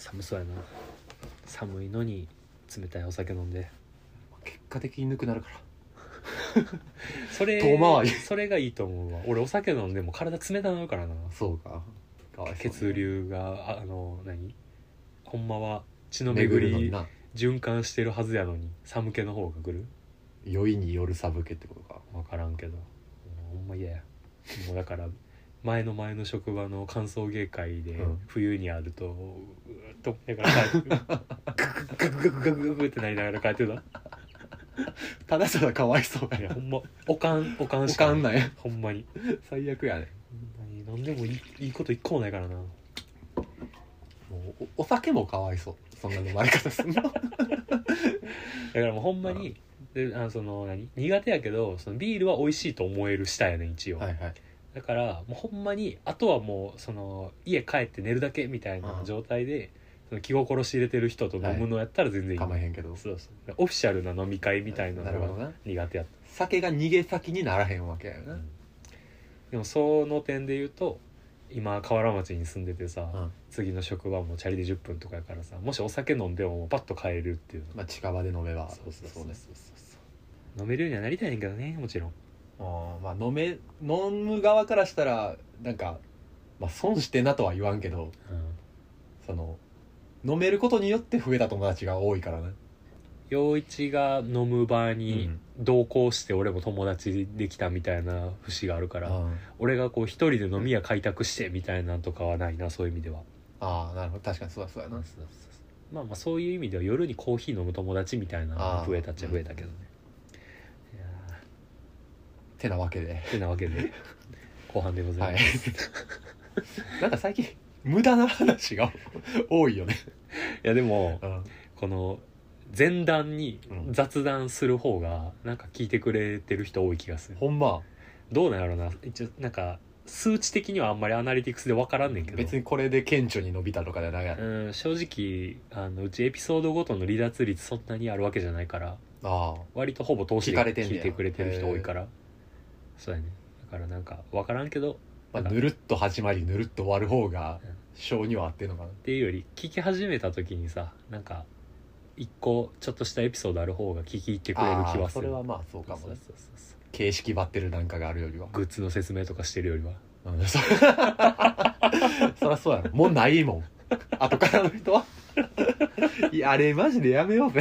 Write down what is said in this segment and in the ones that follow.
寒そうやな。寒いのに冷たいお酒飲んで結果的にぬくなるからそれ遠回りそれがいいと思うわ。俺お酒飲んでも体冷たなるからな。 そうか、かわいそうね血流が何ほんまは血の巡巡りるのにな、 循環してるはずやのに寒気の方が来る。 酔いによる寒気ってことか。 分からんけどほんま嫌や。もうだから前の職場の歓送迎会で冬にあると、うーっと思いながら帰ってグググググググってなりながら帰ってた。 ただただかわいそうやいやほんまおかんおしかかんないほんまに最悪やね。 ほんまに飲んでもいいこと一個もないからな。 もう お酒もかわいそう、そんな飲まれ方すんのだからもうほんまにでその苦手やけどそのビールは美味しいと思える舌やねん一応、 はいはい。 だからもうほんまにあとはもうその家帰って寝るだけみたいな状態で、その気心知れてる人と飲むのやったら全然いい、 構えへんけど、 そうそうオフィシャルな飲み会みたいなのがなるほどな、 苦手やった。 酒が逃げ先にならへんわけやよな、 でもその点で言うと今河原町に住んでてさ、 うん次の職場もチャリで10分とかやからさ、もしお酒飲んでもパッと帰れるっていうの、 まあ近場で飲めばそうそうそうね。 飲めるようにはなりたいねんけどね、もちろん。 まあ飲む側からしたらなんか、まあ、損してなとは言わんけど、その飲めることによって増えた友達が多いからね。 陽一が飲む場に同行して俺も友達できたみたいな節があるから、俺がこう一人で飲み屋開拓してみたいなんとかはないな、そういう意味では。 ああなるほど、確かにそうやな。 まあまあそういう意味では夜にコーヒー飲む友達みたいなのが増えたっちゃ増えたけどね。いやてなわけでてなわけで後半でございます、 なんか最近無駄な話が多いよね。 いやでもうんこの前段に雑談する方がなんか聞いてくれてる人多い気がする。 ほんまどうなんやろうな、一応なんか数値的にはあんまりアナリティクスで分からんねんけど、 別にこれで顕著に伸びたとかじゃないやん。 正直うちエピソードごとの離脱率そんなにあるわけじゃないから、 あ割とほぼ通しで聞かれてんねや聞いてくれてる人多いから、そうやね。だからなんか分からんけど、 まあ、 なんかぬるっと始まりぬるっと終わる方が性には合ってんのかな。 っていうより聞き始めた時にさ、なんか一個ちょっとしたエピソードある方が聞き入ってくれる気はする。 それはまあそうかもね。 そうそう形式ばってるなんかがあるよりは。 グッズの説明とかしてるよりは。 そりゃそうやろ、もうないもん後からの人は。いやあれマジでやめようぜ。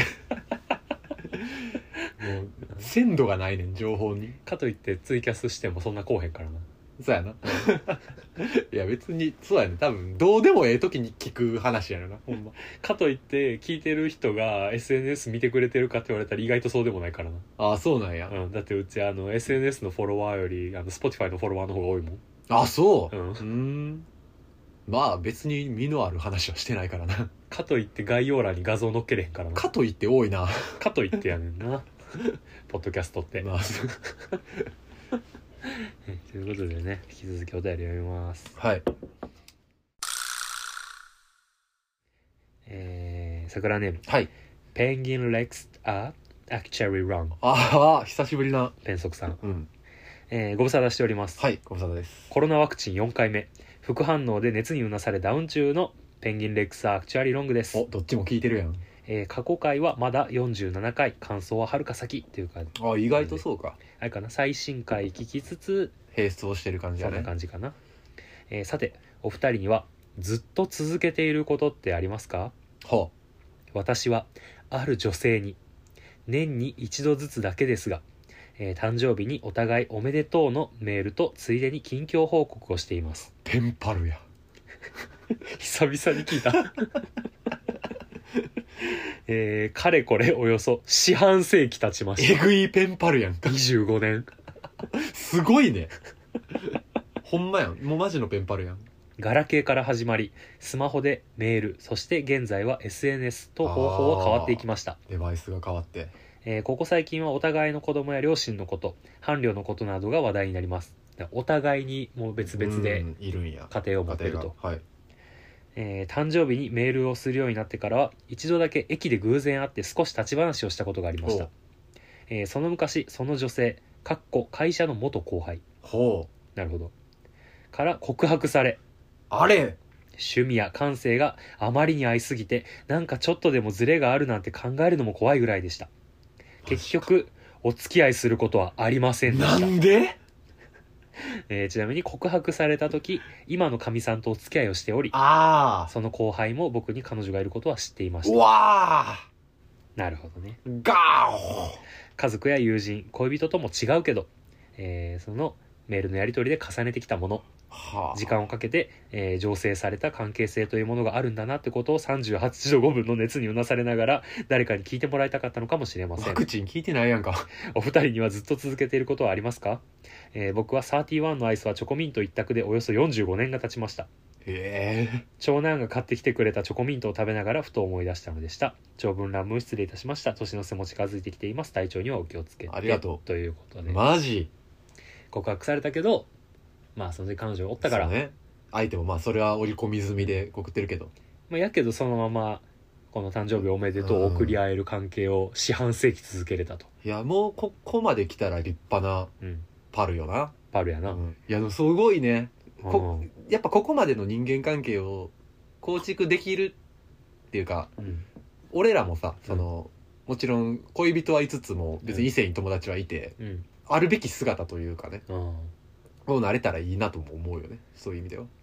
もう鮮度がないねん情報に。 かといってツイキャスしてもそんなこうへんからな。 そうやな。いや別にそうやね、多分どうでもええ時に聞く話やろな、ほんま。 かといって聞いてる人が SNS 見てくれてるかって言われたら意外とそうでもないからな。 ああそうなんや。 だってうちSNS のフォロワーよりSpotify のフォロワーの方が多いもん。 あそううんまあ別に身のある話はしてないからな。 かといって概要欄に画像載っけれへんからな。 かといって多いな。 かといってやねんなポッドキャストって、 まあということでね、引き続きお便り読みます。 はい。 桜ネームはい。 ペンギンレックスactually wrong ああ久しぶりな。 ペンソクさん、 うん。 ご無沙汰しております。 はいご無沙汰です。 コロナワクチン4回目副反応で熱にうなされダウン中のペンギンレックスアクチュアリロングです。 おどっちも聞いてるやん。 過去回はまだ47回、感想ははるか先っていうか、 あ意外とそうか。 あれかな、最新回聞きつつ並走してる感じだね。 そんな感じかな。さてお二人にはずっと続けていることってありますか？ は私はある女性に年に一度ずつだけですが、誕生日にお互いおめでとうのメールとついでに近況報告をしています。 ペンパルや。 久々に聞いたかれこれおよそ四半世紀経ちましえぐいペンパルやんた。 か。 25年。 すごいね。ほんまやん、もうマジのペンパルやん。 ガラケーから始まりスマホでメール、そして現在は SNS と方法は変わっていきました。 デバイスが変わって。 ここ最近はお互いの子供や両親のこと、伴侶のことなどが話題になります。お互いにもう別々でいるんや。 家庭を持ってると。 はい。 誕生日にメールをするようになってからは一度だけ駅で偶然会って少し立ち話をしたことがありました。その昔その女性会社の元後輩ほう。 なるほどから告白され、 あれ趣味や感性があまりに合いすぎて、なんかちょっとでもズレがあるなんて考えるのも怖いぐらいでした。結局お付き合いすることはありませんでした。 なんで？ ちなみに告白された時、今のかみさんとお付き合いをしており、 あその後輩も僕に彼女がいることは知っていましうた。 わなるほどね。 ーガ家族や友人、恋人とも違うけど、そのメールのやり取りで重ねてきたもの、 ーはあ時間をかけて、醸成された関係性というものがあるんだなってことを38度5分の熱にうなされながら誰かに聞いてもらいたかったのかもしれませワん。 クチン効いてないやんか。 お二人にはずっと続けていることはありますか？僕は31のアイスはチョコミント一択でおよそ45年が経ちました。 へえ。 長男が買ってきてくれたチョコミントを食べながらふと思い出したのでした。長文乱文失礼いたしました。年の瀬も近づいてきています。体調にはお気をつけて。 ありがとうということで、 マジ告白されたけど、まあその時彼女がおったから、 そうね。相手もまあそれは織り込み済みで送ってるけど。 まあ、やけどそのままこの誕生日おめでとうを送り合える関係を四半世紀続けれたと。 いやもうここまで来たら立派なうん。 パルよな。 パルやな。 うんいやでもすごいね。 うんやっぱここまでの人間関係を構築できるっていうか、 うん俺らもさその、もちろん恋人はいつつも別に異性に友達はいて、 うんあるべき姿というかねうんこうなれたらいいなとも思うよね。そういう意味では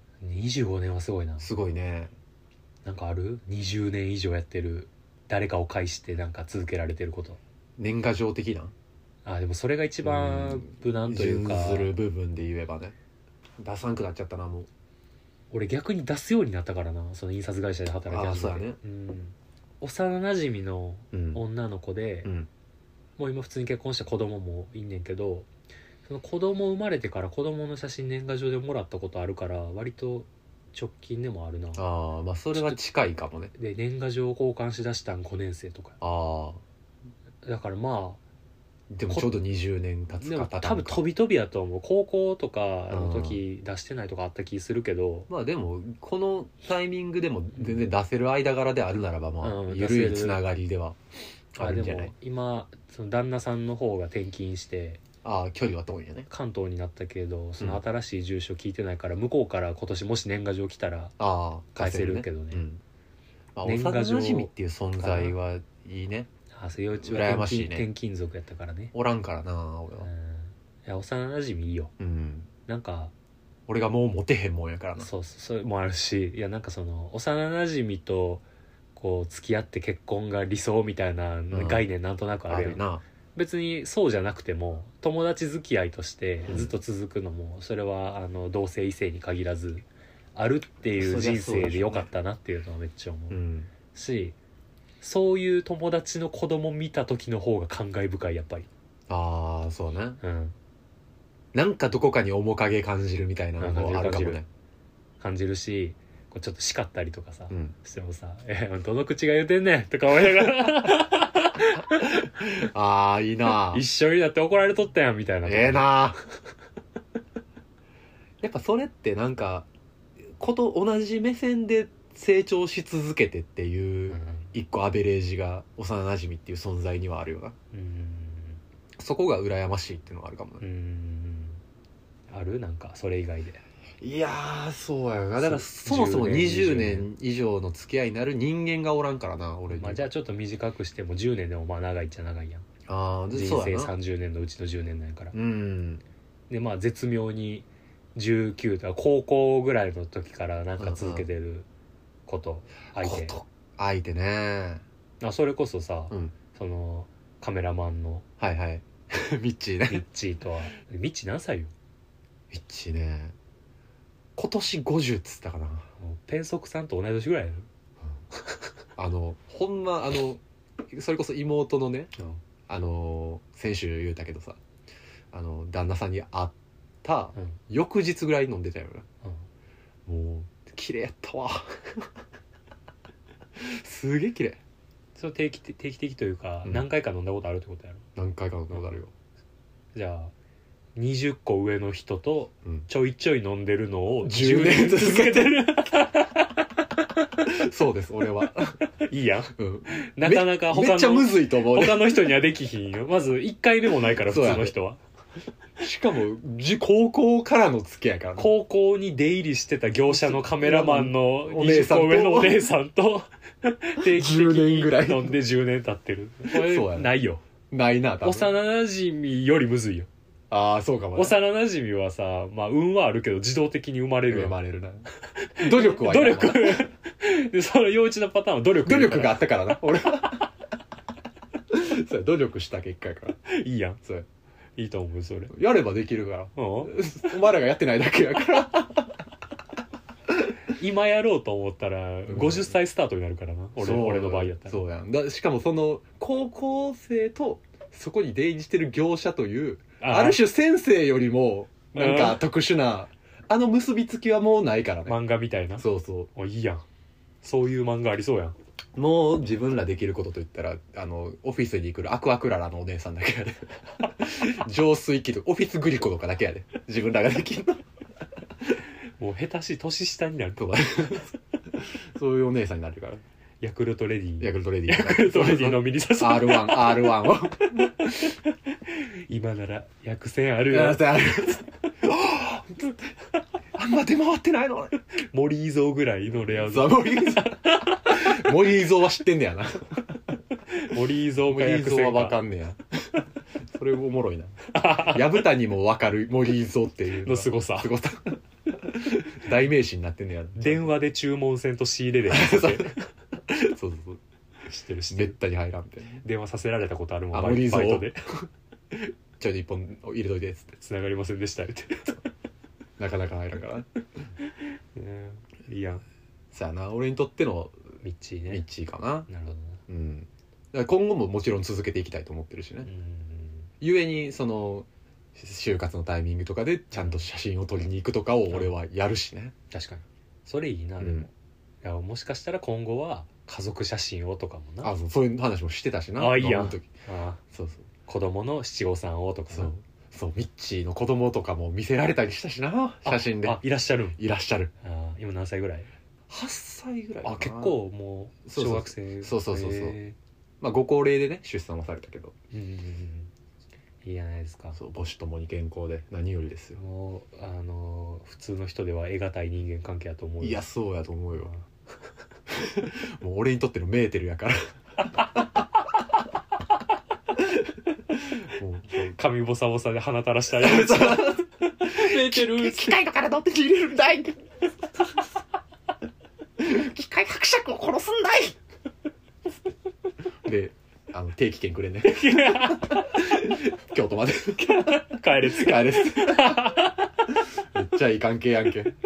25年はすごいな。 すごいね。 なんかある20年以上やってる誰かを介してなんか続けられてること。 年賀状的なあでもそれが一番無難というか、 準ずる部分で言えばね。出さんくなっちゃったなもう。 俺逆に出すようになったからな、その印刷会社で働き始めて。 あそうやねん、幼なじみのうん女の子で、 うんもう今普通に結婚した子供もいんねんけど、その子供生まれてから子供の写真年賀状でもらったことあるから割と直近でもあるな。 ああまあそれは近いかもね。 で年賀状を交換しだしたん5年生とかああだから、までもちょうど20年経あでもつか経たんか。 多分飛び飛びやと思う。高校とかの時出してないとかあった気するけど、 まあでもこのタイミングでも全然出せる間柄であるならばまあうん緩いつながりではああでるんじゃないも。今その旦那さんの方が転勤してああ距離は遠いよね。 関東になったけど、その新しい住所聞いてないから、向こうから今年もし年賀状来たらああ返せるけどね。 うんまあ、 年賀状幼馴染っていう存在はいいね。 あそういううちは羨ましいね転勤族やったからね。 おらんからな俺は。 うん、いや幼馴染いいよ。 うんなんか俺がもうモテへんもんやからな。 そうそれもあるし、いやなんかその幼馴染とこう付き合って結婚が理想みたいな概念なんとなくあるやん、 あるな。 別にそうじゃなくても友達付き合いとしてずっと続くのも、それは同性異性に限らずあるっていう人生でよかったなっていうのはめっちゃ思う、 うんし、そういう友達の子供見た時の方が感慨深いやっぱり。 ああそうね。 うんなんかどこかに面影感じるみたいなのもあるかもね。 感じるし、こうちょっと叱ったりとかさ、 うんしてもさどの口が言うてんねんとか思いながらああいいな一緒になって怒られとったやんみたいな。 ええなやっぱそれってなんか同じ目線で成長し続けてっていう一個アベレージが幼馴染っていう存在にはあるよな。そこが羨ましいっていうのがあるかもね。 あるなんかそれ以外で。 いやーそうやな。だからそもそも20年以上の付き合いになる人間がおらんからな俺に。 まあ、じゃあちょっと短くしても10年でもまあ長いっちゃ長いやん。 あー人生そうやな。 30年のうちの10年なんやから。 うんでまあ絶妙に19とか高校ぐらいの時からなんか続けてること相手ね。 あそれこそさ、 うんそのカメラマンのはいはいミッチーミッね。 チーとはミッチー何歳よ。 ミッチーね今年50っつったかな。 もうペンソクさんと同い年ぐらいやろ。 ほんまそれこそ妹のねうん先週言うたけどさ旦那さんに会ったうん翌日ぐらい飲んでたよな。 うんもう綺麗やったわすげえ綺麗。 それ定期的というか、 うん何回か飲んだことあるってことやろ。 何回か飲んだことあるよ。 じゃあ20個上の人とうんちょいちょい飲んでるのを 10 10年続けてるそうです俺は、 いいやん。 うん、 なかなかめっちゃむずいと思うね。 他の人にはできひんよ。まず1回目もないから普そうやね通の人はしかも高校からの付き合いからね。 高校に出入りしてた業者のカメラマンのお姉さんと 20個上のお姉さんと定期的 10年ぐらいに飲んで10年経ってる。これそうやねないよ。 ないな、多分。 幼馴染よりむずいよ。 ああ、そうかもね。 幼馴染はさ、まあ運はあるけど自動的に生まれるやん。 生まれるな。努力は努力で、その幼稚なパターンは努力。 努力があったからな、俺は。そうや、努力した結果やから。 いいやん。 そうや。 いいと思う、それ。 やればできるから。 うんお前らがやってないだけやから。 今やろうと思ったら50歳スタートになるからな、俺の場合やったら。 そうやんだ。しかもその高校生とそこに出入りしてる業者というある種先生よりもなんか特殊な結びつきはもうないからね。 漫画みたいな。 そうそう。 お、いいやん。そういう漫画ありそうやん。 もう自分らできることといったらオフィスに来るアクアクララのお姉さんだけやで。浄水器とオフィスグリコとかだけやで、自分らができるの。 もう下手しい年下になると。 そういうお姉さんになるから。 ヤクルトレディ。 ヤクルトレディヤクルトレディ飲みにさせ R1 を今なら薬膳あるよ。 あんま出回ってないのね。 森伊蔵ぐらいのレアゾ森伊蔵は知ってんねやな。 森伊蔵か森伊蔵は薬膳か分かんねや。それおもろいな。薮谷も分かる森伊蔵っていうのすごさ。 代名詞になってんねや。 電話で注文せんと仕入れでそうそうそう。 知ってる知ってる。 めったに入らんみたいな。 電話させられたことあるもん。 森伊蔵バイトでちょいと一本入れといてっつって繋がりませんでしたって。 なかなか入らんから。 いいやん。 さあな、俺にとってのミッチーね。 ミッチーかな。 なるほどな。 うん。だから今後ももちろん続けていきたいと思ってるしね。ゆえにその就活のタイミングとかでちゃんと写真を撮りに行くとかを俺はやるしね。 確かに。それいいな。でも、いやもしかしたら今後は家族写真をとかもな。 そういう話もしてたしな。 いいやん。 そうそう。 子供の七五三をとかな。 そうミッチーの子供とかも見せられたりしたしな、写真で。 いらっしゃる。 いらっしゃる。 今何歳ぐらい ？8歳ぐらいかな。 結構もう小学生。 そうまあご高齢でね出産はされたけど。 いいじゃないですか。 そう、母子ともに健康で何よりですよ。 もう普通の人では得難い人間関係やと思うよ。 いやそうやと思うよ。もう俺にとってのメーテルやから。 もう髪ボサボサで鼻垂らしたやつ。メーテル機械の体を手に入れるんだい。機械伯爵を殺すんだい。で定期券くれね。京都まで帰れつ帰れつ。めっちゃいい関係やんけ。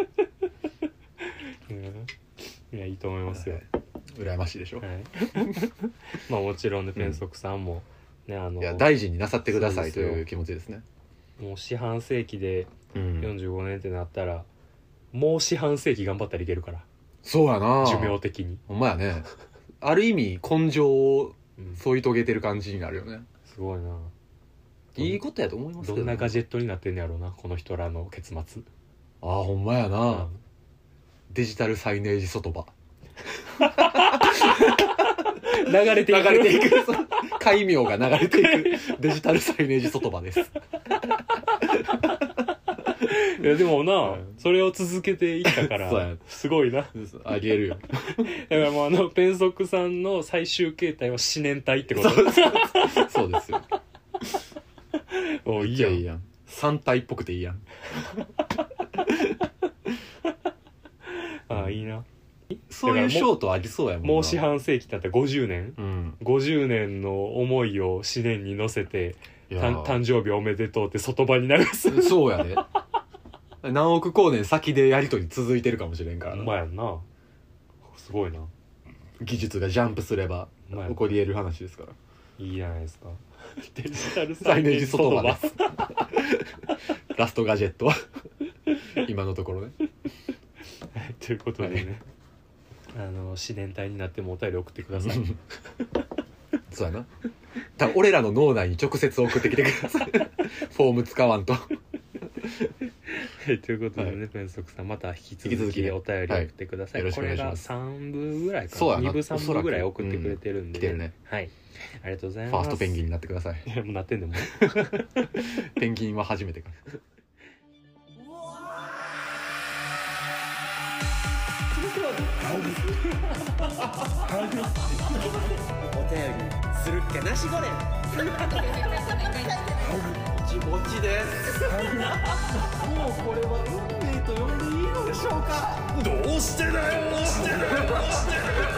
いやいいと思いますよ。 羨ましいでしょ。 まあもちろんねペンソクさんもねいや大事になさってくださいという気持ちですね。 もう四半世紀で45年ってなったら、もう四半世紀頑張ったらいけるから。 そうやな。 寿命的に。 ほんまやね。ある意味根性を添い遂げてる感じになるよね。 すごいな。 いいことやと思いますけど、 どんなガジェットになってんねやろうな、この人らの結末。 ほんまやな、デジタルサイネージ外場。 流れていく戒名が流れていくデジタルサイネージ外場です。 いやでもな、それを続けていったからすごいな。 ありえるよ。 だからもうペンソクさんの最終形態は四年体ってこと。 そうですよ。 いいやんいいやん。3体っぽくていいやん。 いいな。 そういうショートありそうやもんな。 もう四半世紀だったら50年、50年の思いを思念に乗せて誕生日おめでとうって外場に流す。 そうやね。何億光年先でやりとり続いてるかもしれんからな。 うまいやんな。すごいな。 技術がジャンプすれば起こり得る話ですから。 いいじゃないですか。デジタルサイネージ外場です。ラストガジェットは今のところね。 ということでね、思念体になってもお便り送ってください。 そうやな。多分俺らの脳内に直接送ってきてください。フォーム使わんと。 はいということでね、ペンソクさんまた引き続きお便り送ってください、 はいよろしくお願いしこれがます 3部ぐらいかな、 そうやな 2部3部ぐらい送ってくれてるんで、 来てるねはいありがとうございフます。 ァーストペンギンになってください。 いやもうなってんでもペンギンは初めてかお便りするっけなしゴレン気持ちですもうこれは運命と呼んでいいのでしょうか。 どうしてだよどうしてだよどうしてだよ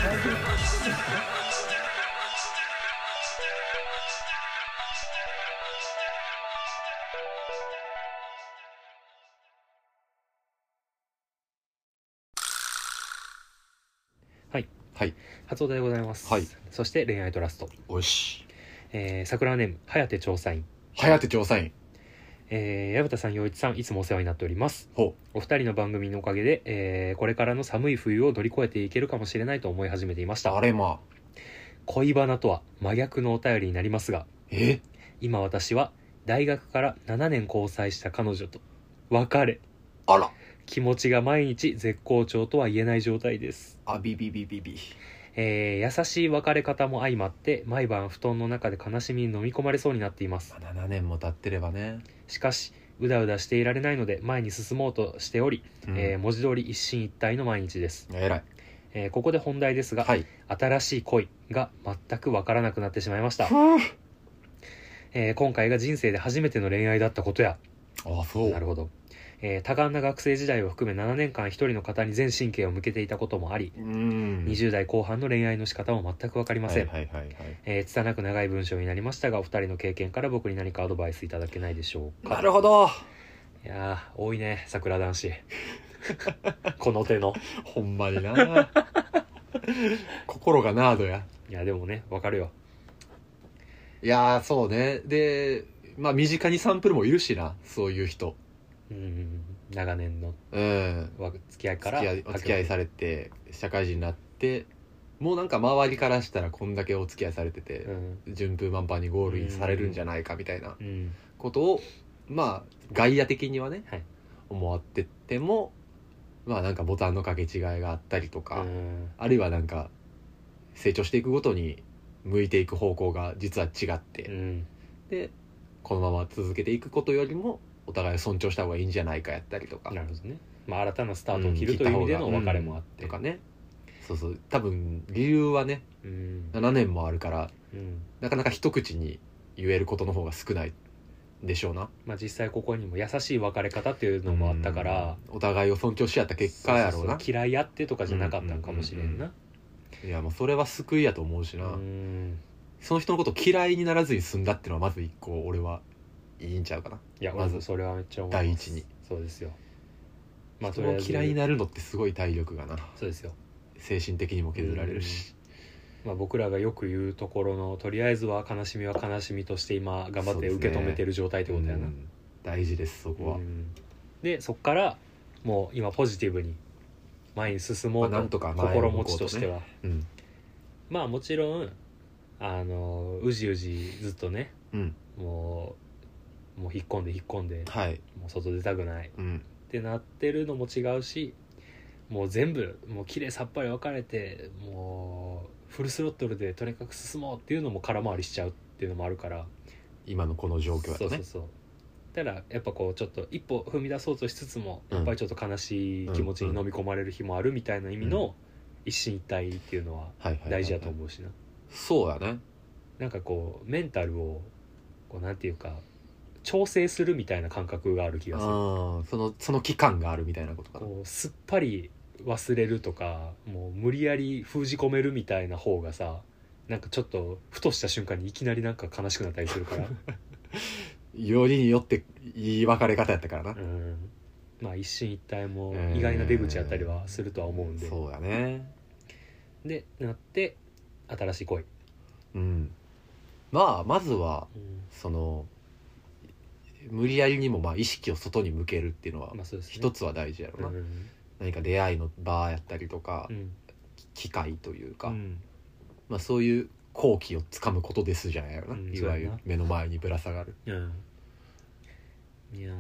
はいはい初お題でございます、 はいそして恋愛トラスト、 おし桜ネーム颯調査員、 颯調査員矢蓋さん陽一さんいつもお世話になっております。 ほお二人の番組のおかげで、これからの寒い冬を乗り越えていけるかもしれないと思い始めていましうた。 あれま恋バナとは真逆のお便りになりますが、今私は大学から7年交際した彼女と別れ、 あら気持ちが毎日絶好調とは言えない状態です。 あビビビビビ優しい別れ方も相まって毎晩布団の中で悲しみに飲み込まれそうになっています。 7年も経ってればね、 しかしうだうだしていられないので前に進もうとしており、文字通り一進一退の毎日です。 えらいここで本題ですが、 はい新しい恋が全くわからなくなってしまいました。今回が人生で初めての恋愛だったことや、 あそうなるほど、多感な学生時代を含め7年間一人の方に全神経を向けていたこともあり、20代後半の恋愛の仕方も全く分かりません。 はいはいはいはい拙く長い文章になりましたがお二人の経験から僕に何かアドバイスいただけないでしょうか。 なるほどいやー多いね桜男子この手のほんまにな心がナードや。 いやでもね分かるよ。 いやーそうね。でまあ身近にサンプルもいるしな、そういう人。 長年のうん付き合いからお付き合いされて社会人になってもうなんか周りからしたらこんだけお付き合いされてて、順風満帆にゴールインされるんじゃないかみたいなことを、まあ外野的にはね、 はい思っててもまあなんかボタンの掛け違いがあったりとか、あるいはなんか成長していくごとに向いていく方向が実は違って、でこのまま続けていくことよりもお互い尊重した方がいいんじゃないかやったりとか、 なるほどね、まあ、新たなスタートを切るという意味での別れもあって、 とかね、そうそう多分理由はね、7年もあるから、なかなか一口に言えることの方が少ないでしょうな。 まあ、実際ここにも優しい別れ方っていうのもあったから、 お互いを尊重し合った結果やろうな。 そうそうそう嫌いやってとかじゃなかったんかもしれんな。 いやもうそれは救いやと思うしな、その人のこと嫌いにならずに済んだっていうのはまず一個俺はいいんちゃうかな。 いやまずそれはめっちゃ思います。 第一にそうですよ。まあ人を嫌いになるのってすごい体力がな、 そうですよ。 精神的にも削られるし、 まあ、僕らがよく言うところのとりあえずは悲しみは悲しみとして今頑張って受け止めてる状態ってことやな、 大事ですそこは、 でそっからもう今ポジティブに前に進もうなんとか心持ちとしては、 うんまあもちろんうじうじずっとね、もう引っ込んで、 はいもう外出たくない、ってなってるのも違うし、もう全部もう綺麗さっぱり分かれてもうフルスロットルでとにかく進もうっていうのも空回りしちゃうっていうのもあるから、 今のこの状況だとね。 そうだからやっぱこうちょっと一歩踏み出そうとしつつも、やっぱりちょっと悲しい気持ちに飲み込まれる日もあるみたいな意味の一進一退っていうのは大事だと思うしな。 そうやね。 なんかこうメンタルをこうなんていうか調整するみたいな感覚がある気がする。 その期間があるみたいなことかな。 こうすっぱり忘れるとかもう無理やり封じ込めるみたいな方がさ、なんかちょっとふとした瞬間にいきなりなんか悲しくなったりするからよりによっていい別れ方やったからな、 まあ一進一退も意外な出口やったりはするとは思うんで、 そうやね。 でなって新しい恋、 まあまずは、その無理やりにもまあ意識を外に向けるっていうのは一つは大事やろな、何か出会いの場やったりとか、機会というか、まあそういう好機をつかむことですじゃないよな、いわゆる目の前にぶら下がる、 いや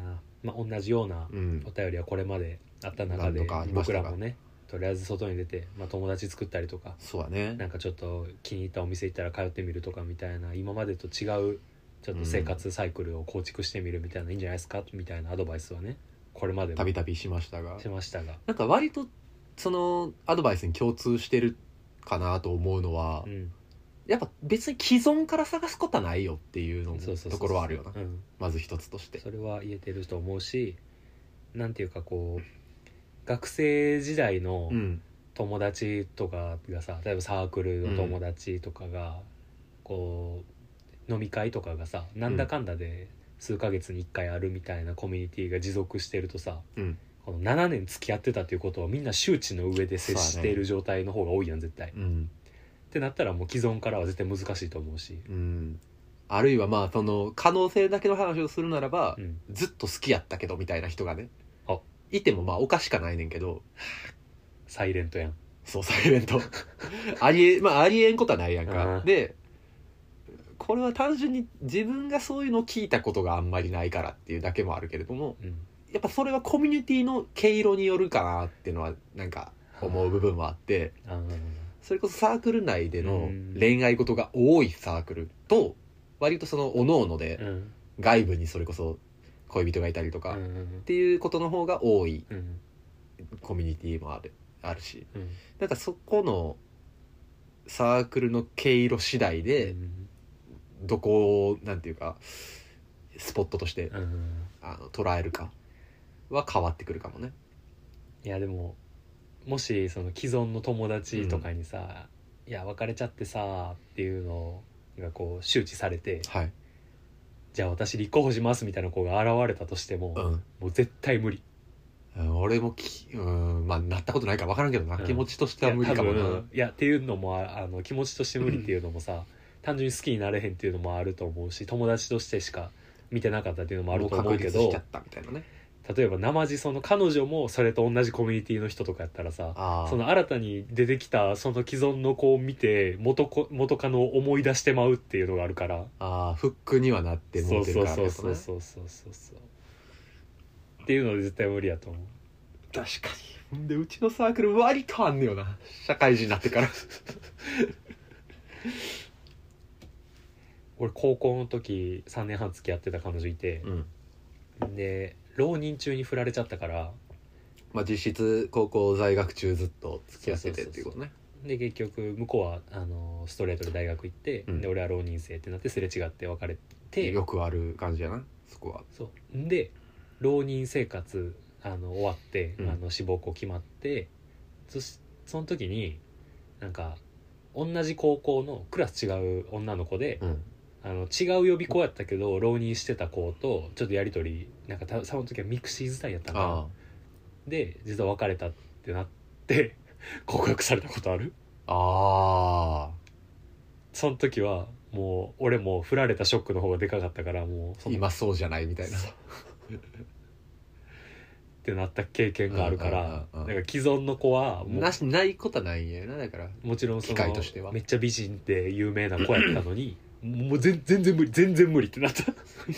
まあ、同じようなお便りはこれまであった中で、僕らもねとりあえず外に出て、まあ、友達作ったりとか、 そうだね、 なんかちょっと気に入ったお店行ったら通ってみるとかみたいな、今までと違うちょっと生活サイクルを構築してみるみたいな、いいんじゃないですかみたいなアドバイスはねこれまでもたびたびしましたがなんか割とそのアドバイスに共通してるかなと思うのは、やっぱ別に既存から探すことはないよっていうのところはあるよな、まず一つとしてそれは言えてると思うし、なんていうかこう学生時代の友達とかがさ、例えばサークルの友達とかがこう飲み会とかがさ、なんだかんだで数ヶ月に1回あるみたいなコミュニティが持続してるとさ、この7年付き合ってたっていうことをみんな周知の上で接している状態の方が多いやん絶対、ってなったらもう既存からは絶対難しいと思うし、 あるいはまあその可能性だけの話をするならば、ずっと好きやったけどみたいな人がねいてもまあおかしかないねんけど、 サイレントやん。 そうサイレントありえんことはないやんか。でこれは単純に自分がそういうのを聞いたことがあんまりないからっていうだけもあるけれども、やっぱそれはコミュニティの毛色によるかなっていうのはなんか思う部分はあって、それこそサークル内での恋愛事が多いサークルと割とその各々で外部にそれこそ恋人がいたりとかっていうことの方が多いコミュニティもあるし、なんかそこのサークルの毛色次第でどこをなんていうかスポットとして捉えるかは変わってくるかもね。 いやでももしその既存の友達とかにさ、いや別れちゃってさっていうのがこう周知されて、じゃあ私立候補しますみたいな子が現れたとしても、もう絶対無理。 俺もまあなったことないから分からんけどな、気持ちとしては無理かもな。 いやっていうのも気持ちとして無理っていうのもさ、単純に好きになれへんっていうのもあると思うし、友達としてしか見てなかったっていうのもあると思うけど、 もう確立しちゃったみたいなね。 例えば生地その彼女もそれと同じコミュニティの人とかやったらさ、その新たに出てきたその既存の子を見て元カノを思い出してまうっていうのがあるから、 フックにはなって持ってるからね。 そうっていうので絶対無理やと思う。 確かに。でうちのサークル割とあんねよな、社会人になってから俺高校の時3年半付き合ってた彼女いて、で浪人中に振られちゃったから、 まあ実質高校在学中ずっと付き合っててっていうことね。 で結局向こうはストレートで大学行って、で俺は浪人生ってなってすれ違って別れて、 よくある感じやなそこは。 そうで浪人生活終わって、志望校決まって、その時になんか同じ高校のクラス違う女の子で、違う予備校やったけど浪人してた子とちょっとやり取りなんかその時はミクシー伝いやったんかな。で実は別れたってなって告白されたことある。その時はもう俺も振られたショックの方がでかかったから、もう今そうじゃないみたいなってなった経験があるから、なんか既存の子はもうないことはないんやな。だからもちろんその機会としてはめっちゃ美人で有名な子やったのにもう全然無理ってなった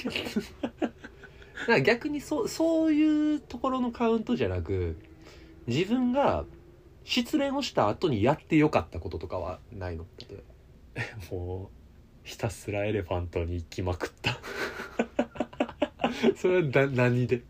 なんか逆にそういうところのカウントじゃなく、自分が失恋をした後にやってよかったこととかはないのって。 もうひたすらエレファントに行きまくったそれはなんで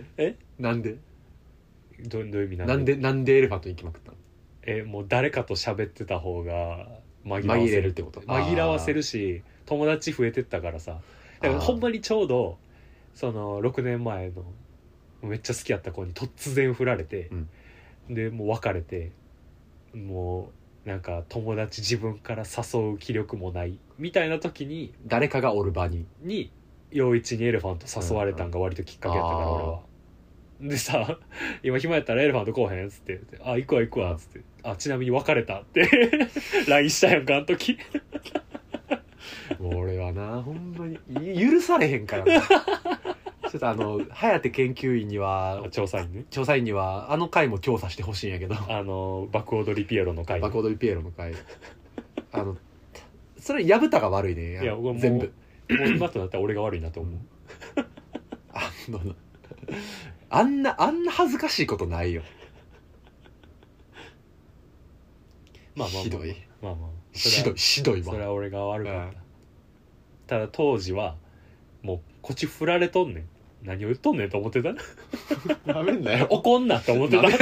どういう意味なんでエレファントに行きまくったの？ もう誰かと喋ってた方が紛れるってこと？ 紛らわせるし友達増えてったからさ。だからほんまにちょうどその6年前のめっちゃ好きやった子に突然振られて、でもう別れて、もうなんか友達自分から誘う気力もないみたいな時に誰かがおる場に陽一にエレファント誘われたんが割ときっかけやったから、俺は。でさ、今暇やったらエレファント来おへんっつって、行くわっつって、ちなみに別れたって LINE したやんかあの時もう俺はなほんまに許されへんからなちょっと颯研究員には調査員にはあの回も調査してほしいんやけど、 爆踊りピエロの回、 爆踊りピエロの回それ薮田が悪いね。 いや全部もう今となったら俺が悪いなと思うあんな恥ずかしいことないよ。 まあまあまあひどいまあまあひどいわ。 それは俺が悪かった、ただ当時はもうこっち振られとんねん、何を言っとんねんと思ってたなめんなよ。 怒んなって思ってた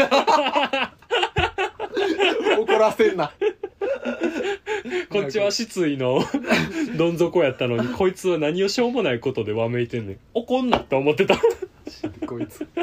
怒らせんな。 こっちは失意のどん底やったのにこいつは何をしょうもないことでわめいてんねん、怒んなって思ってたこいつ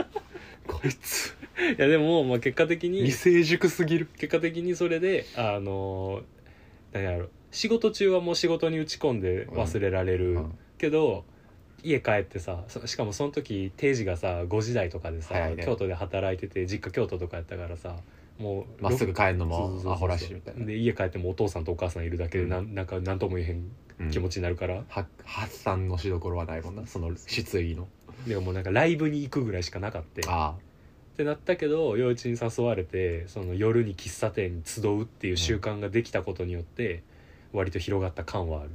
いやでも、まあ、結果的に未成熟すぎる。 それで何やろ、仕事中はもう仕事に打ち込んで忘れられる、けど家帰ってさ、しかもその時定時がさ5時台とかでさ、 早いね京都で働いてて実家京都とかやったからさ、もうまっすぐ帰るのもそうアホらしいみたいな。 で家帰ってもお父さんとお母さんいるだけでなんか何とも言えへん気持ちになるから、 発散のしどころはないもんな、その失意の。 でももうなんかライブに行くぐらいしかなかったあってなったけど、陽一に誘われてその夜に喫茶店に集うっていう習慣ができたことによって割と広がった感はある。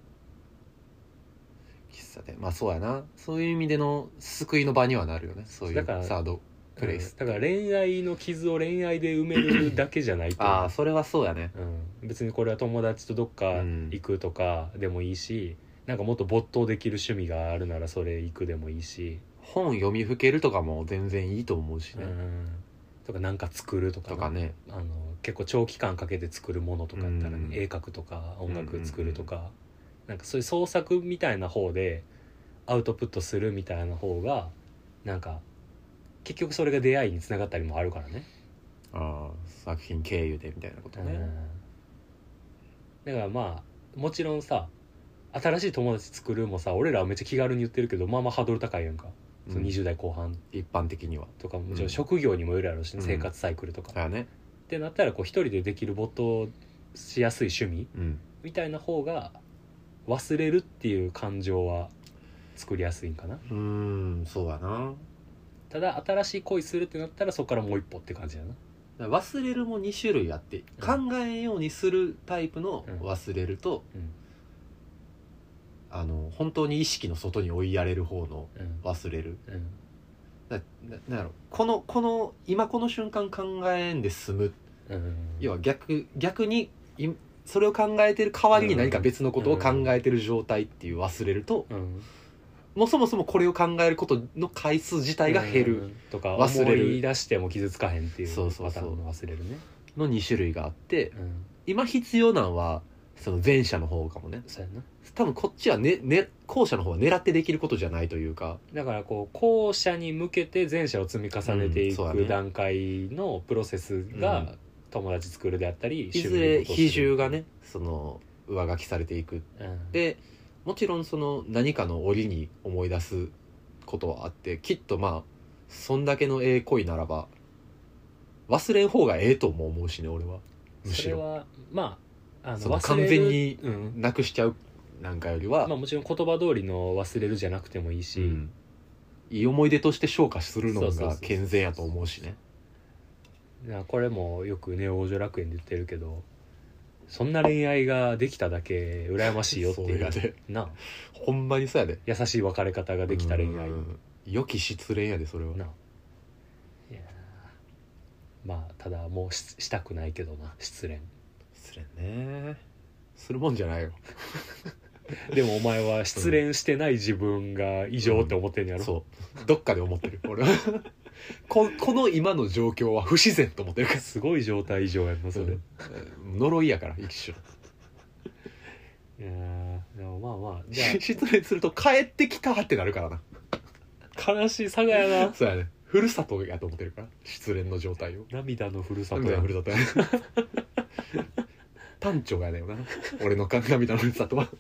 喫茶店、まあそうやな、そういう意味での救いの場にはなるよね、そういうだからサードプレイス、 だから恋愛の傷を恋愛で埋めるだけじゃないとああそれはそうやね。 別にこれは友達とどっか行くとかでもいいし、なんかもっと没頭できる趣味があるならそれ行くでもいいし、 本読みふけるとかも全然いいと思うしね、 とかなんか作るとか、 とかね、 結構長期間かけて作るものとかやったら、 うん絵描くとか音楽作るとか、なんかそういう創作みたいな方でアウトプットするみたいな方がなんか結局それが出会いにつながったりもあるからね。 ああ作品経由でみたいなことね、 だからまあもちろんさ新しい友達作るもさ俺らはめっちゃ気軽に言ってるけど、まあまあハードル高いやんか、その20代後半一般的にはとかもちろん職業にもよるやろうし、 うん生活サイクルとか、 だよね。 ってなったらこう一人でできる没頭しやすい趣味みたいな方が忘れるっていう感情は作りやすいんかな。 そうやな。 ただ新しい恋するってなったらそこからもう一歩って感じやな。 忘れるも2種類あって、考えんようにするタイプの忘れると、本当に意識の外に追いやれる方の忘れる、なんやろ、この今この瞬間考えんで済む、要は逆にそれを考えてる代わりに何か別のことを考えてる状態っていう忘れると、もうそもそもこれを考えることの回数自体が減る、 とか忘れる思い出しても傷つかへんっていうそうそうそうパターンの忘れるね。 の2種類があって、今必要なのはその前者の方かもね。 そうやな。 多分こっちは後者の方は狙ってできることじゃないというか、 だからこう後者に向けて前者を積み重ねていく段階のプロセスが友達作るであったり、 いずれ比重がねその上書きされていく、でもちろんその何かの折に思い出すことはあって、きっとまあそんだけの恋ならば忘れん方がええとも思うしね、俺は。むしろそれはまあその完全になくしちゃうなんかよりは、 まあもちろん言葉通りの忘れるじゃなくてもいいし、 いい思い出として消化するのが健全やと思うしね。 これもよくネオ五条楽園で言ってるけど、そんな恋愛ができただけ羨ましいよっていうそうやでな、 ほんまにそうやで。 優しい別れ方ができた恋愛、 良き失恋やでそれは。 いやまあただもうしたくないけどな、失恋ねするもんじゃないよでもお前は失恋してない自分が異常って思ってんやろ、 そうどっかで思ってる俺はこの今の状況は不自然と思ってるから。 すごい状態異常やんなそれ、 呪いやから一種。 いやでもまあまあじゃ失恋すると帰ってきたってなるからな。 あ悲しい佐賀やなそうやね、ふるさとやと思ってるから失恋の状態を。 涙のふるさとや涙のふるさとや単調やねよな俺の涙のふるさとは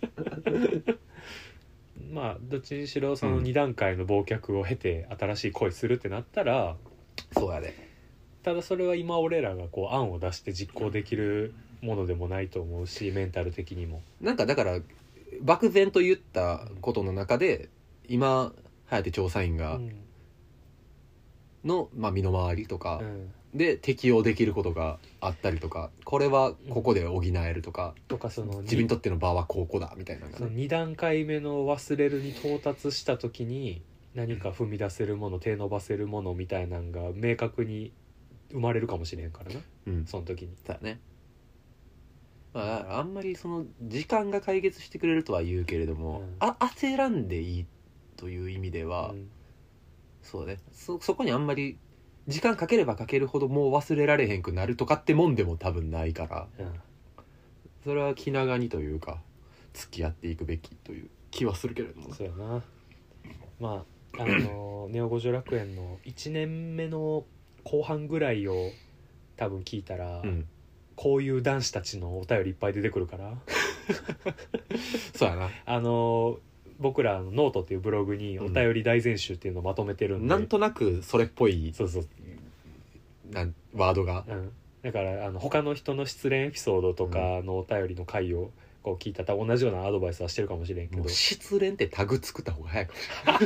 まあどっちにしろその2段階の忘却を経て新しい恋するってなったら、 そうやで。 ただそれは今俺らがこう案を出して実行できるものでもないと思うし、メンタル的にもなんかだから漠然と言ったことの中で今颯調査員がの、まあ、身の回りとかで適用できることがあったりとか、これはここで補えるとか、 とかその自分にとっての場はここだみたいなのがそのね。 2段階目の忘れるに到達した時に何か踏み出せるもの手伸ばせるものみたいなんが明確に生まれるかもしれんからな、その時に。 そうだね。まあ、あんまりその時間が解決してくれるとは言うけれども、焦らんでいいという意味では、そうね、そこにあんまり時間かければかけるほどもう忘れられへんくなるとかってもんでも多分ないから、それは気長にというか付き合っていくべきという気はするけれども。 そうやな。まあネオ五条楽園の1年目の後半ぐらいを多分聞いたら、こういう男子たちのお便りいっぱい出てくるからそうやな。 僕らのノートっていうブログにお便り大全集っていうのをまとめてるんで、 なんとなくそれっぽいそうそうワードが、 だから他の人の失恋エピソードとかのお便りの回をこう聞いたら同じようなアドバイスはしてるかもしれんけど、 失恋ってタグ作った方が早く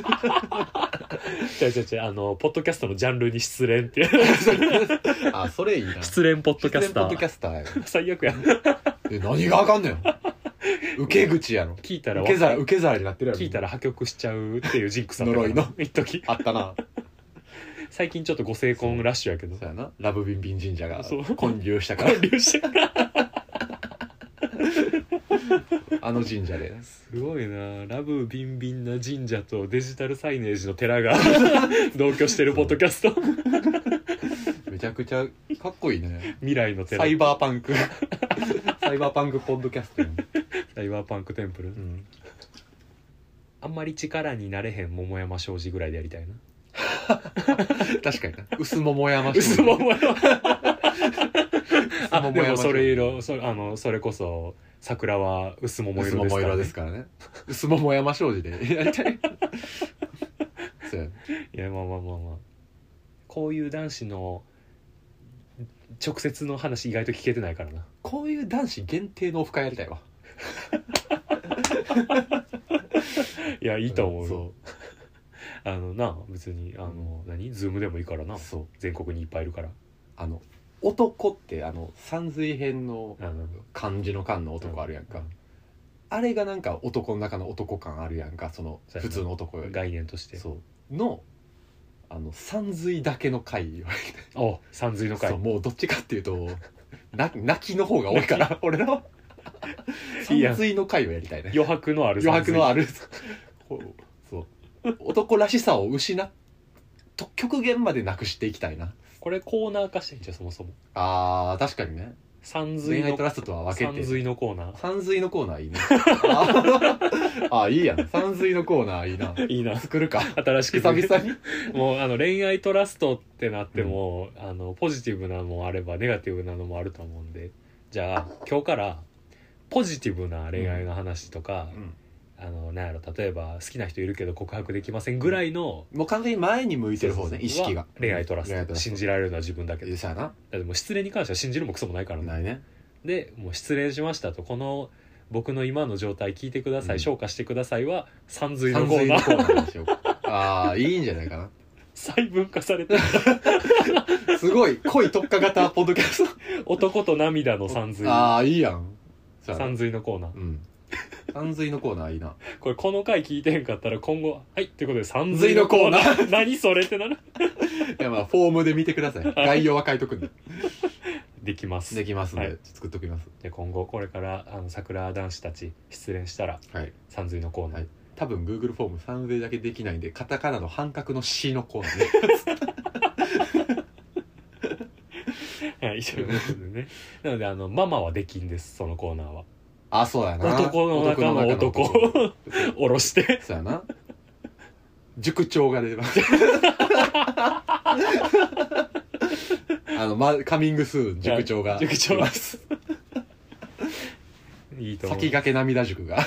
違うポッドキャストのジャンルに失恋っていうあ、それいいな。 失恋ポッドキャスター、 失恋ポッドキャスターや最悪や何があかんねん受け口やろ。 聞いたら受け皿になってるやろ。 聞いたら破局しちゃうっていうジンクスあった呪いの一時あったな。 最近ちょっとご成婚ラッシュやけど、 そうやな。ラブビンビン神社がそう建立したから建立したあの神社ですごいな。ラブビンビンな神社とデジタルサイネージの寺が同居してるポッドキャストめちゃくちゃかっこいいね。 未来の寺、 サイバーパンクサイバーパンクポッドキャストやん。 サイバーパンクテンプル、あんまり力になれへん桃山商事ぐらいでやりたいな確かにな。薄桃山商事。 薄桃山あ、 でもそれ色それこそ桜は薄桃色ですからね。 薄桃色ですからね。薄桃山商事でやりたいそうや。 いやまあこういう男子の直接の話意外と聞けてないからな。 こういう男子限定のオフ会やりたいわいやいいと思うよ、 そう別に何ズームでもいいからな。 そう、 全国にいっぱいいるから。 男って山水編の漢字の漢の男あるやんか、あれがなんか男の中の男感あるやんか、その普通の男より概念として。 そうの山水だけの回をお山水の回。 そう、もうどっちかっていうと泣きの方が多いから俺らは山水の回をやりたいね。 余白のある余白のあるそう男らしさを失っと極限までなくしていきたいな。 これコーナー化してんじゃんそもそも。 確かにね。 山水の恋愛トラストとは分けて山水のコーナー。 山水のコーナーいいねいいやん。山水のコーナーいいな。 いいな。 作るか新しく久々にもう恋愛トラストってなっても、ポジティブなのもあればネガティブなのもあると思うんで、じゃあ今日からポジティブな恋愛の話とか、なんやろ、例えば好きな人いるけど告白できませんぐらいの、 もう完全に前に向いてる方ね、意識が。 恋愛トラスト、 恋愛トラスト信じられるのは自分だけで。 さあな。 だってもう失恋に関しては信じるもクソもないからね。 ないね。 でもう失恋しましたと、この僕の今の状態聞いてください、消化してくださいは山水のコーナーにしよう。いいんじゃないかな。 細分化されてるすごい濃い特化型ポッドキャスト男と涙の山水。 いいやん。 山水のコーナー。 山水のコーナーいいな。 この回聞いてへんかったら今後はいってことで山水のコーナー何それってなる。 いやフォームで見てください。概要は書いとくんで。 できますんで、作っときます。 で今後これから桜男子たち失恋したら、山水のコーナー、 多分 Google フォーム山水だけできないんで、カタカナの半角の詩のコーナーね一緒にね。なのでママはできんです、そのコーナーは。 そうやな。 男の中の男を下ろしてそうやな。塾長が出てますカミングスーン塾長が塾長ますいいと思う。 先駆け涙塾が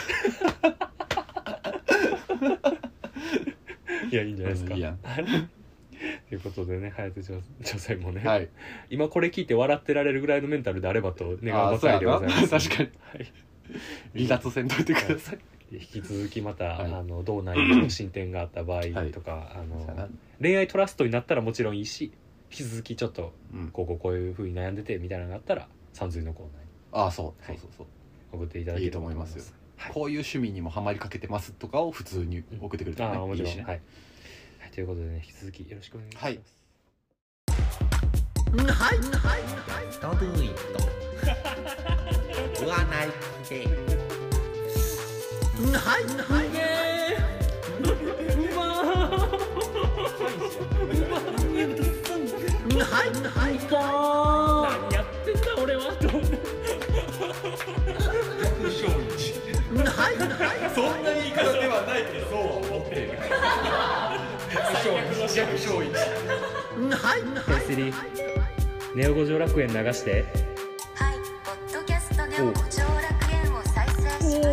いやいいんじゃないですか。 いいやんということでね、隼人女性もね、今これ聞いて笑ってられるぐらいのメンタルであればと願うばかりでございます。 確かに、離脱せんといてください。 引き続きまた、どう内容の進展があった場合とか、恋愛トラストになったらもちろんいいし、引き続きちょっと、こういう風に悩んでてみたいなのがあったら山水のコーナーにそう送っていただければいいと思いますよ。こういう趣味にもハマりかけてますとかを普通に送ってくれたらいいしね。 ということでね、引き続きよろしくお願いします。 はいドドゥイット占いで何やってんだ俺はと思って。 そんな言い方ではないけどそうは思っている逆勝一 3ネオ五条楽園流してはい、ポッドキャストネオ五条楽園を再生します。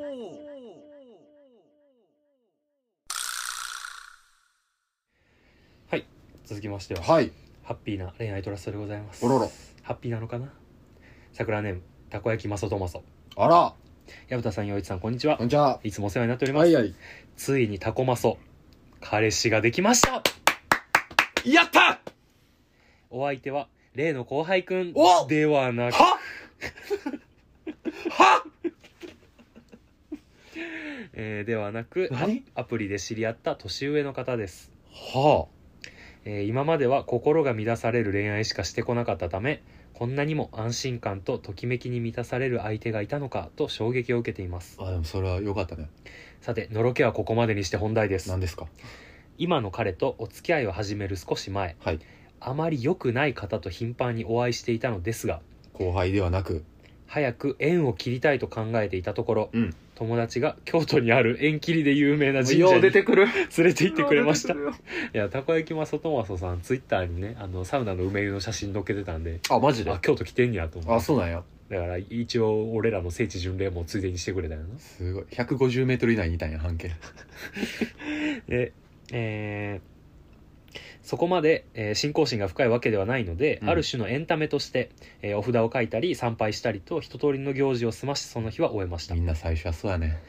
はい、続きましては、 はいハッピーな恋愛トラストでございます。 おろろハッピーなのかな。桜ネームたこ焼きマソトマソ。 あら矢蓋さん、陽一さん、こんにちは。 こんにちは。 いつもお世話になっております。 はいはい。 ついにタコマソ彼氏ができました。 やったお相手は例の後輩くんおではなくははではなく何アプリで知り合った年上の方です。 は今までは心が乱される恋愛しかしてこなかったため、こんなにも安心感とときめきに満たされる相手がいたのかと衝撃を受けています。 あ。でもそれは良かったね。 さて、のろけはここまでにして本題です。 何ですか。 今の彼とお付き合いを始める少し前、 はい。 あまり良くない方と頻繁にお会いしていたのですが、 後輩ではなく。 早く縁を切りたいと考えていたところ、 うん。 友達が京都にある縁切りで有名な神社ように出てくる。 連れて行ってくれました。いよう出てくるよや、たこ焼きまそとまそさんツイッターにね、サウナの梅湯の写真載っけてたんで、 あ、マジで。 京都来てんやと思って。 あ、そうなんや。 だから一応俺らの聖地巡礼もついでにしてくれたよな。 すごい。150メートル以内にいたんや、半径。 で、そこまで、信仰心が深いわけではないので、 うんある種のエンタメとして、お札を書いたり参拝したりと一通りの行事を済まし、その日は終えましたみ。んな最初はそうやね。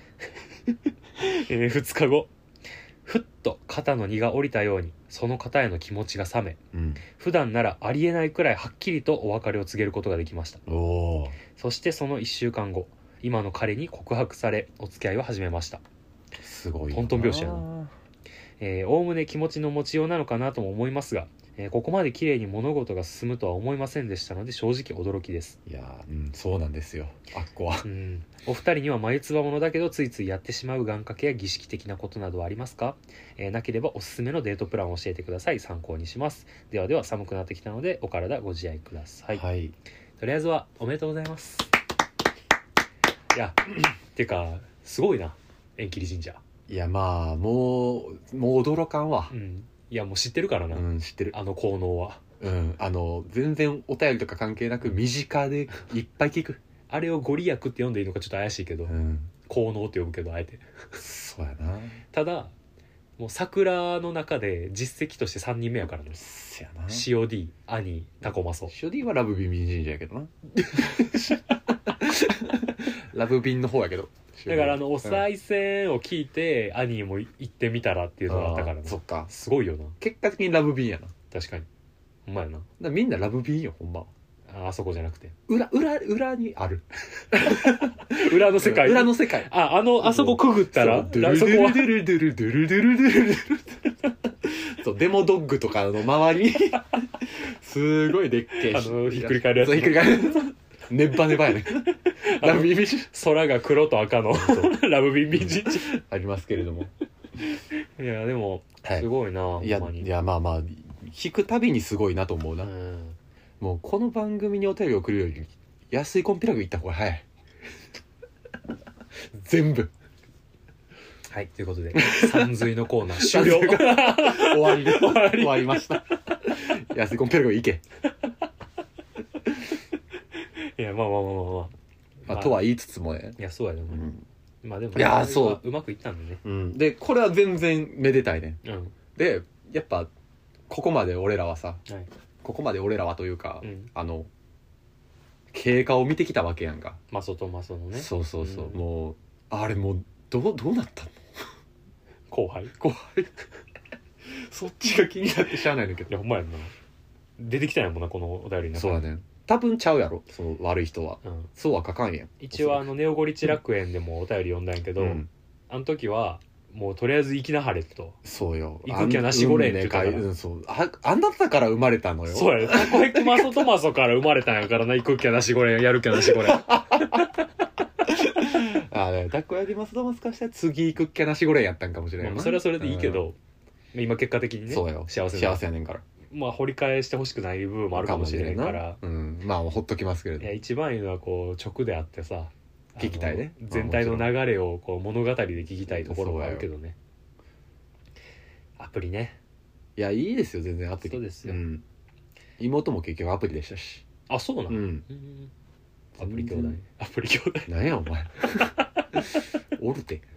2日後、ふっと肩の荷が下りたようにその方への気持ちが冷め、 うん。 普段ならありえないくらいはっきりとお別れを告げることができました。 おお。 そしてその1週間後、今の彼に告白されお付き合いを始めました。 すごいな。 トントン拍子やな。おおむね気持ちの持ちようなのかなとも思いますが、ここまで綺麗に物事が進むとは思いませんでしたので正直驚きです。 いやー、うん、そうなんですよ。あっこは。 お二人には眉唾ものだけどついついやってしまう願掛けや儀式的なことなどはありますか？なければおすすめのデートプランを教えてください。参考にします。ではでは、寒くなってきたのでお体ご自愛ください。 はい。 とりあえずはおめでとうございます。いやてかすごいな、縁切り神社。 いや、まあ、もう驚かんわ。 いやもう知ってるからな、 うん、知ってる。 あの効能は。 うん、全然お便りとか関係なく身近でいっぱい聞く。 あれをご利益って読んでいいのかちょっと怪しいけど、 うん、 効能って呼ぶけどあえてそうやな。 ただもう桜の中で実績として3人目やからね。 せやな。 COD、兄、タコマソ。 ショディはラブビン神社やけどな。ラブビンの方やけど。 だからお賽銭を聞いて、兄も行ってみたらっていうのがあったからね。 そっか。 すごいよな。 結果的にラブビンやな。 確かに。ほんまやな。 だからみんなラブビンよ、ほんま。 あそこじゃなくて。 裏にある。 裏の世界。 裏の世界。 あそこくぐったら、 ドゥルドゥルドゥルドゥルドゥルドゥルドゥル。そう、デモドッグとかの周りに、すごいでっけえし。 ひっくり返るやつ。 そう、ひっくり返る。ネバネバやね。ラブビンビン空が黒と赤のラブビンビン神社ありますけれども。 いやでもはいすごいな、ほんいや、 まに。 いや、まあまあ、弾くたびにすごいなと思うな。 うんもうこの番組にお便り送るより安いコンピラグ行った方が早い。全部はい、ということで山水のコーナー終了。 終わりで終わりました。安いコンピラグ行け。 いやまあまあまあまあまあ、 まあ、とは言いつつもね。 いやそうやでも、 うんまあでもいやそううまくいったんでね。 うん。で、これは全然めでたいね。 うんで、やっぱここまで俺らはさ、 はいここまで俺らはというか、 うん経過を見てきたわけやんか。 マソとマソのねそうそうそう。 うんもうあれもうどうなったの？ 後輩。い怖い。そっちが気になってしゃあないんだけど。 やほんまやんな、出てきたんやもんなこのお便りの中そうだね。多分ちゃうやろ、その悪い人は。 うん、 そうは書かんやん。 一応ネオゴリチ楽園でもお便り読んだんやけど、 うんあの時はもうとりあえず生きなはれと。 そうよ。 行く気はなしごれんって言ったからうん、そう。あなたから生まれたのよ。 そうやね。たこ焼きマソトマソから生まれたんやからな。行く気はなしごれん、やる気はなしごれん。 たこ焼きマスドマス化したら次行くっきゃなしごれんやったんかもしれない。 まあ、それはそれでいいけど、今結果的にね、 そうよ。 幸せやねんから。 まあ掘り返してほしくない部分もあるかもしれないから。 うん。まあほっときますけれど。 いや一番いいのはこう直であってさ、 聞きたいね。 全体の流れをこう物語で聞きたいところがあるけどね。アプリね。 いや、いいですよ、全然アプリ。 そうですよ。 うん。妹も結局アプリでしたし。 あ、そうなの？ うん。 アプリ兄弟。アプリ兄弟。 なんやお前。おるて。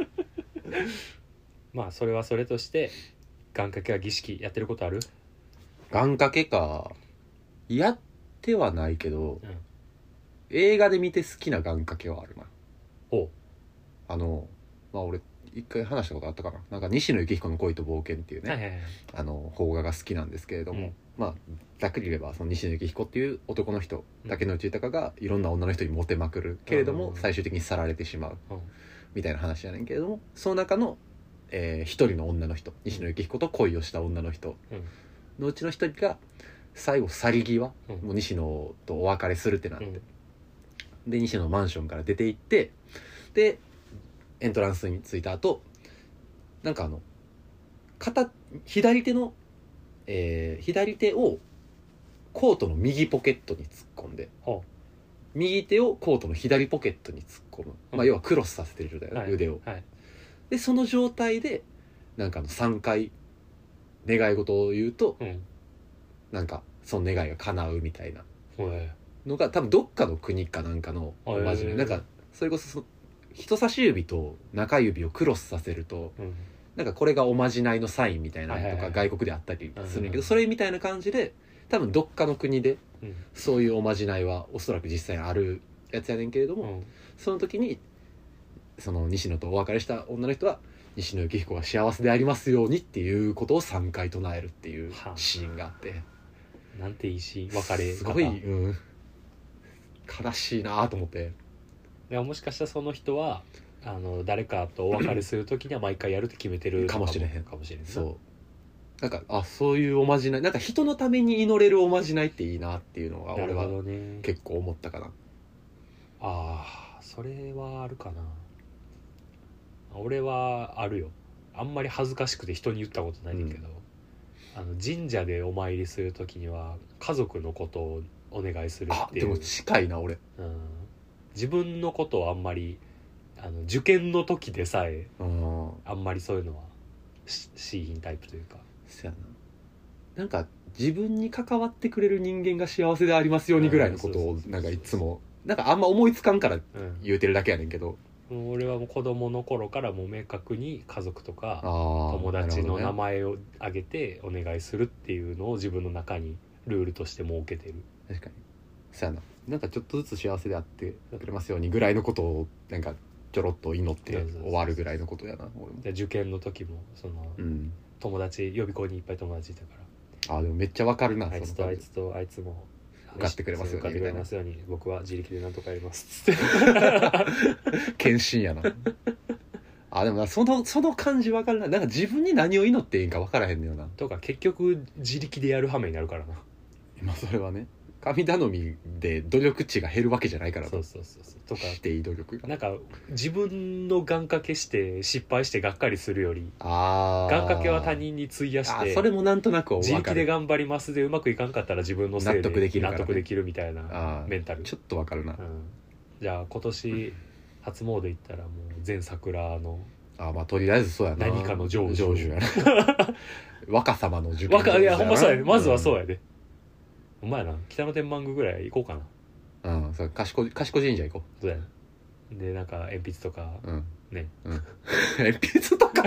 まあそれはそれとして願掛けは儀式やってることある？ 願掛けか。やってはないけど、 うん、 映画で見て好きな願掛けはあるな。 おまあ俺一回話したことあったかな。なんか西野幸彦の恋と冒険っていうね、 はいはいはい、 邦画が好きなんですけれども、まあざっくり言えばその西野幸彦っていう男の人、竹野内豊がいろんな女の人にモテまくるけれども、最終的に去られてしまう、みたいな話やねんけれども、その中の一人の女の人、西野幸彦と恋をした女の人のうちの一人が最後去り際、もう西野とお別れするってなって、で西野のマンションから出て行って、でエントランスに着いた後、なんか左手をコートの右ポケットに突っ込んで、右手をコートの左ポケットに突っ込む、まあ要はクロスさせてる状態、はい、腕を、はい、でその状態でなんか3回願い事を言うと、なんかその願いが叶うみたいなのが多分どっかの国かなんかのおまじない、なんかそれこそ人差し指と中指をクロスさせると、なんかこれがおまじないのサインみたいなのとか外国であったりするんだけど、それみたいな感じで多分どっかの国でそういうおまじないはおそらく実際にあるやつやねんけれども、その時にその西野とお別れした女の人は西野幸彦が幸せでありますようにっていうことを3回唱えるっていうシーンがあって、 なんていいし別れすごい、悲しいなと思って。 でももしかしたらその人は誰かとお別れする時には毎回やるって決めてるかもしれへん。 そうなんかそういうおまじない、なんか人のために祈れるおまじないっていいなっていうのが俺は結構思ったかな。 ああ、それはあるかな。俺はあるよ。あんまり恥ずかしくて人に言ったことないんだけど、神社でお参りする時には家族のことをお願いするっていう。 でも近いな俺、 自分のことをあんまり受験の時でさえあんまりそういうのはしひんタイプというか。 そやな、なんか自分に関わってくれる人間が幸せでありますようにぐらいのことをなんかいつもなんかあんま思いつかんから言うてるだけやねんけど、 俺はもう子供の頃からもう明確に家族とか友達の名前を挙げてお願いするっていうのを自分の中にルールとして設けてる。 確かにそやな、なんかちょっとずつ幸せであってくれますようにぐらいのことをなんかちょろっと祈って終わるぐらいのことやな。俺も受験の時もその、友達予備校にいっぱい友達いたから、 でもめっちゃわかるな。 あいつとあいつとあいつも受かってくれますように、 受かってくれますように僕は自力でなんとかやりますって献身やな。でもなその感じわかるな。なんか自分に何を祈っていいんかわからへんのよな。 とか結局自力でやる羽目になるからな。 今それはね、神頼みで努力値が減るわけじゃないから。 そうとかしていい努力が、 なんか自分の願掛けして失敗してがっかりするより、願掛けは他人に費やして、 それもなんとなく自力で頑張りますでうまくいかんかったら自分のせいで納得できるみたいなメンタル。 ちょっとわかるな、 じゃあ今年初詣行ったらもう全桜のとりあえずそうやな、 何かの成就やな若様の受験、 いやほんまそうやね、まずはそうやで、お前な北野天満宮ぐらい行こうかな。 そう賢神社行こう。そうやで、なんか鉛筆とか、ね、 鉛筆とか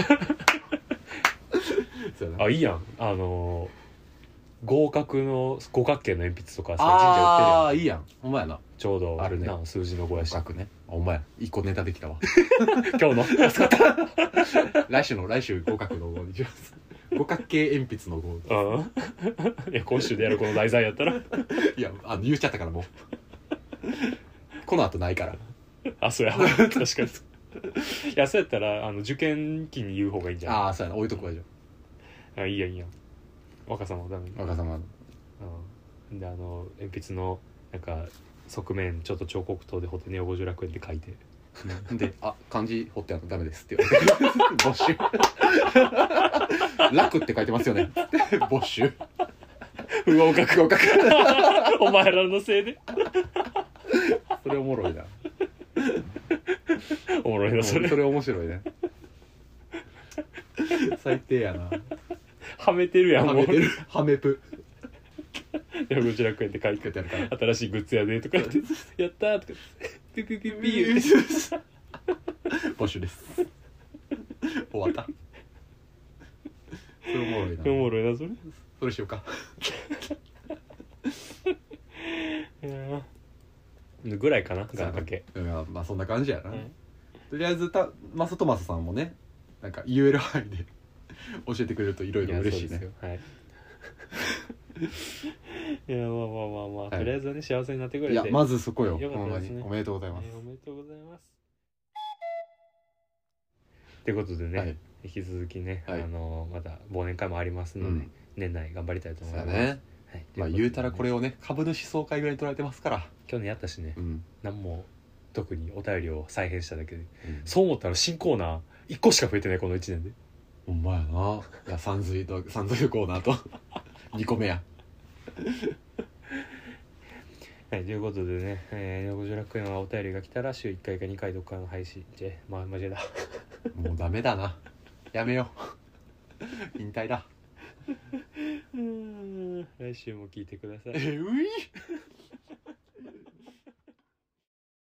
いいやん、五角形の鉛筆とかさ、神社売ってるやん。 いいやん、お前やな、 ちょうどあるね、 数字の5やし。 五角ね、お前一個ネタできたわ今日の安かった来週五角の5にします。五角形鉛筆の5。 いや今週でやるこの題材やったらいや言っちゃったからもうこの後ないから。 そうや確かにいやそうやったら受験期に言う方がいいんじゃない？ ああそうやな置いとくわじゃいいやいいや若さまはダメあ若様で鉛筆のなんか側面ちょっと彫刻刀でホテネオ五十楽園って書いてで漢字彫ってあるのダメですって言われて没収楽って書いてますよね没収不合格合格お前らのせいでそれおもろいなおもろいなそれ面白いね最低やなはめてるやんもうはめぷ五十楽園って書いて書いてあるから新しいグッズやでとか言ってやったーとかピピピピー募集です終わったそれおもろいなおもろいなそれそれしようかぐらいかな願掛けまあそんな感じやな、 うんとりあえずマサトマサさんもねなんか言える範囲で教えてくれるといろいろ嬉しいねはいいやまあまあまあまあ、 はいとりあえずはね幸せになってくれていやまずそこよよかったですねほんまにおめでとうございます、 おめでとうございますってことでね、 はい引き続きね、 はいまた忘年会もありますので、 うん年内頑張りたいと思います。 そうやねはい、 まあ言うたらこれをね株主総会ぐらいに捉えてますから去年やったしね、 うん、 何も特にお便りを再編しただけで、 うん、 そう思ったら新コーナー1個しか増えてないこの1年で。 ほんまやないや三髄のコーナーと2個目やはいということでね、五十楽園はお便りが来たら週1回か2回どっかの配信でマジだもうダメだなやめよう引退だ来週も聞いてください。 うい